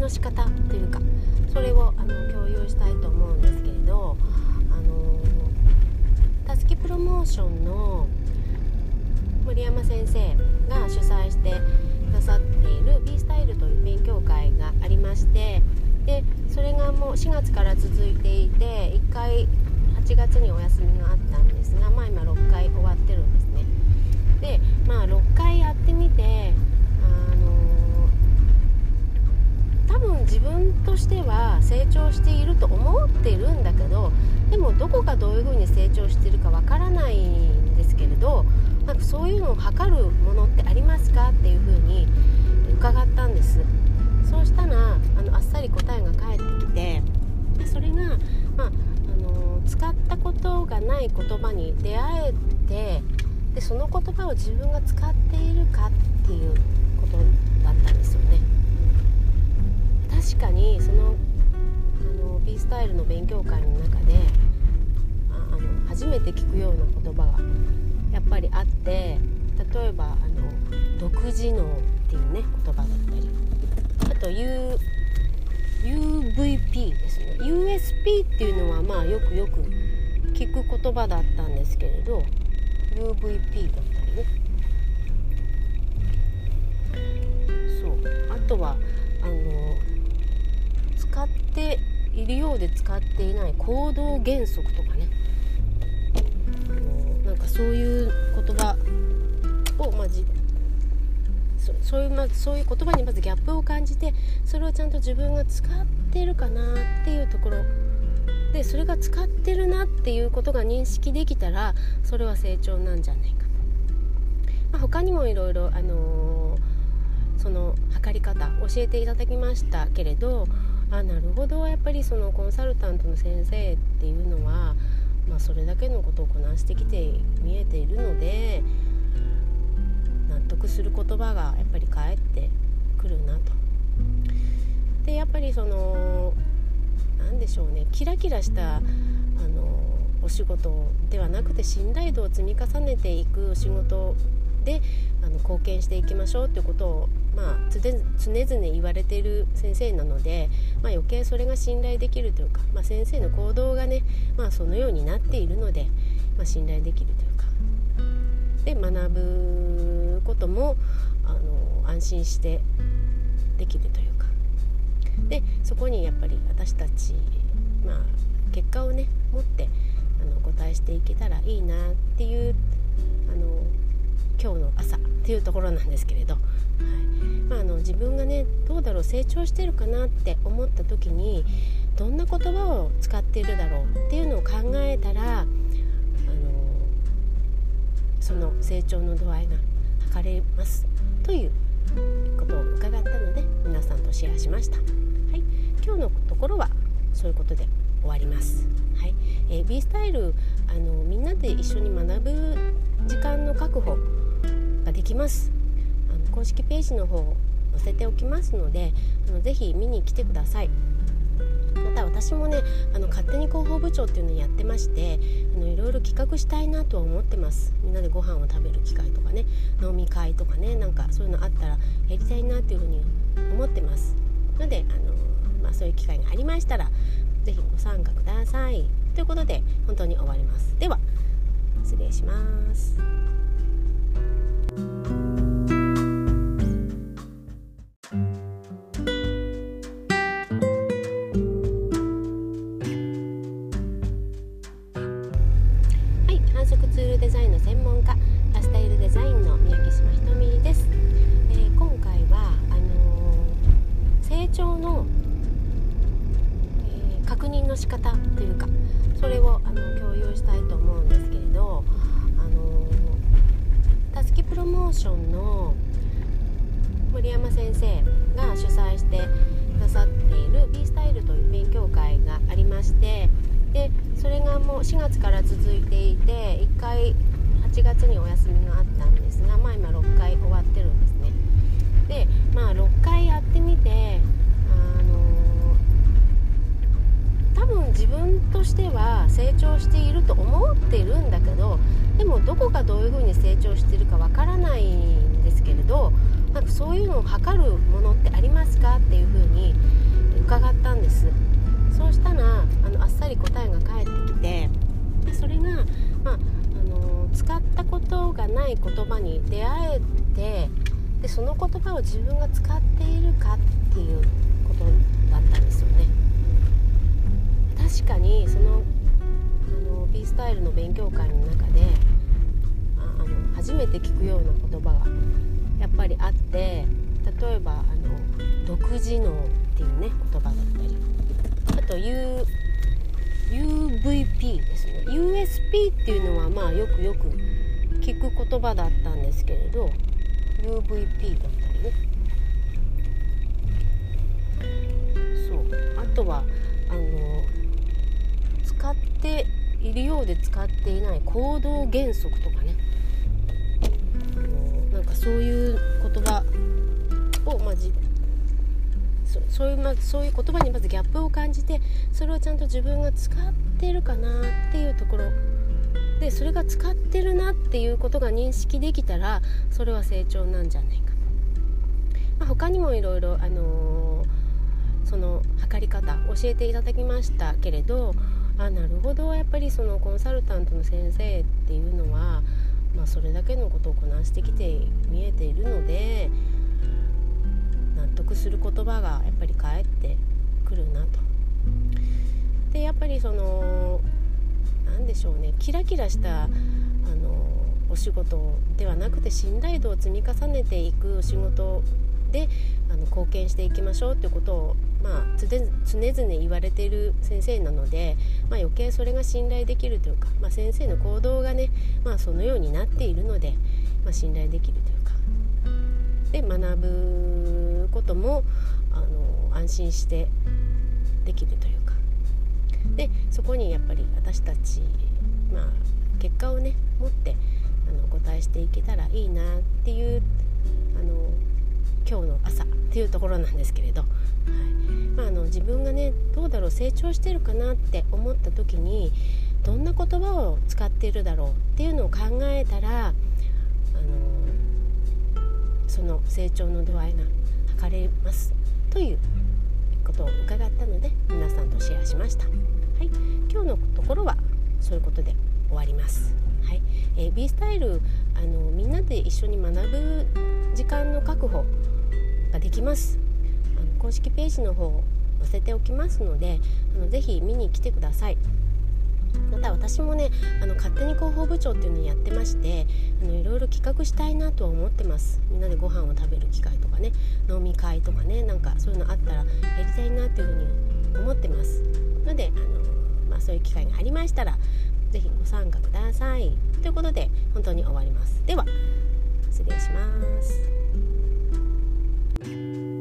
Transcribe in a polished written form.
の仕方というか、それを共有したいと思うんですけれど、たすきプロモーションの森山先生が主催してくださっている B スタイルという勉強会がありまして、でそれがもう4月から続いていて、1回8月にお休みがあったんですが、今6回終わってるんですね。で、6回やってみて、多分自分としては成長していると思っているんだけど、でもどこがどういうふうに成長しているかわからないんですけれど、なんかそういうのを測るものってありますかっていうふうに伺ったんです。そうしたらあっさり答えが返ってきて、でそれが、使ったことがない言葉に出会えて、でその言葉を自分が使っているかっていうことだったんですよね。確かにそのB スタイルの勉強会の中で初めて聞くような言葉がやっぱりあって、例えば独自脳っていうね言葉だったり、あと UVP ですね。 USP っていうのはよく聞く言葉だったんですけれど、 UVP だったりね。そう、あとは使っているようで使っていない行動原則とかね、なんかそういう言葉をそういう言葉にまずギャップを感じて、それをちゃんと自分が使ってるかなっていうところで、それが使ってるなっていうことが認識できたら、それは成長なんじゃないか。他にもいろいろその測り方教えていただきましたけれど、なるほど、やっぱりそのコンサルタントの先生っていうのは、それだけのことをこなしてきて見えているので、納得する言葉がやっぱり返ってくるなと。でやっぱりなんでしょうね、キラキラしたお仕事ではなくて、信頼度を積み重ねていくお仕事で貢献していきましょうということを、常々言われている先生なので、余計それが信頼できるというか、先生の行動がね、そのようになっているので、信頼できるというか、で学ぶことも安心してできるというか、でそこにやっぱり私たち、結果をね持ってお答えしていけたらいいなっていう今日の朝っていうところなんですけれど、自分がねどうだろう、成長してるかなって思った時に、どんな言葉を使っているだろうっていうのを考えたら、その成長の度合いが測れますということを伺ったので、皆さんとシェアしました。今日のところはそういうことで終わります。B スタイルみんなで一緒に学ぶ時間の確保ができます。公式ページの方を載せておきますので、ぜひ見に来てください。また私もね勝手に広報部長っていうのをやってまして、いろいろ企画したいなとは思ってます。みんなでご飯を食べる機会とかね、飲み会とかね、なんかそういうのあったらやりたいなっていうふうに思ってますので、そういう機会がありましたらぜひご参加くださいということで、本当に終わります。では失礼します。反則ツールデザインの専門家、スタイルデザインの宮城島ひとみです。今回は成長の、確認の仕方というか、それを共有したいと思うんですけれど、たすきプロモーションの森山先生が主催してくださっている B スタイルという勉強会がありまして、でそれがもう4月から続いていて、1回8月にお休みがあったんですが、今6回終わってるんですね。で6回やってみて、多分自分としては成長していると思っているんだけど、でもどこがどういうふうに成長しているかわからないんですけれど、なんかそうそういうのを測るものってありますかっていうふうに伺ったんです。そうしたらあっさり答えが返ってきて、でそれが、使ったことがない言葉に出会えて、でその言葉を自分が使っているかっていうことだったんですよね。確かにそのBスタイルの勉強会の中で初めて聞くような言葉がやっぱりあって、例えば独自能っていうね言葉だったり、あと UVP ですね。 USP っていうのはよく聞く言葉だったんですけれど、 UVP だったりね。そう、あとは使っているようで使っていない行動原則とかね、なんかそういう言葉をそういう言葉にまずギャップを感じて、それをちゃんと自分が使ってるかなっていうところで、それが使ってるなっていうことが認識できたら、それは成長なんじゃないか。他にもいろいろその測り方教えていただきましたけれど、なるほど、やっぱりそのコンサルタントの先生っていうのは、それだけのことをこなしてきて見えているので、納得する言葉がやっぱり返ってくるなと。でやっぱりなんでしょうね、キラキラしたお仕事ではなくて、信頼度を積み重ねていくお仕事で貢献していきましょうということを、常々言われている先生なので、余計それが信頼できるというか、先生の行動がね、そのようになっているので、信頼できるというか、で学ぶことも安心してできるというか、でそこにやっぱり私たち、結果をね持ってお答えしていけたらいいなっていう今日の朝っていうところなんですけれど、自分がねどうだろう、成長してるかなって思った時に、どんな言葉を使っているだろうっていうのを考えたら、その成長の度合いが測れますということを伺ったので、皆さんとシェアしました。今日のところはそういうことで終わります。B スタイルみんなで一緒に学ぶ時間の確保ができます。公式ページの方を載せておきますので、ぜひ見に来てください。また私もね勝手に広報部長っていうのをやってまして、いろいろ企画したいなとは思ってます。みんなでご飯を食べる機会とかね、飲み会とかね、なんかそういうのあったらやりたいなっていうふうに思ってますので、そういう機会がありましたらぜひご参加くださいということで、本当に終わります。では失礼します。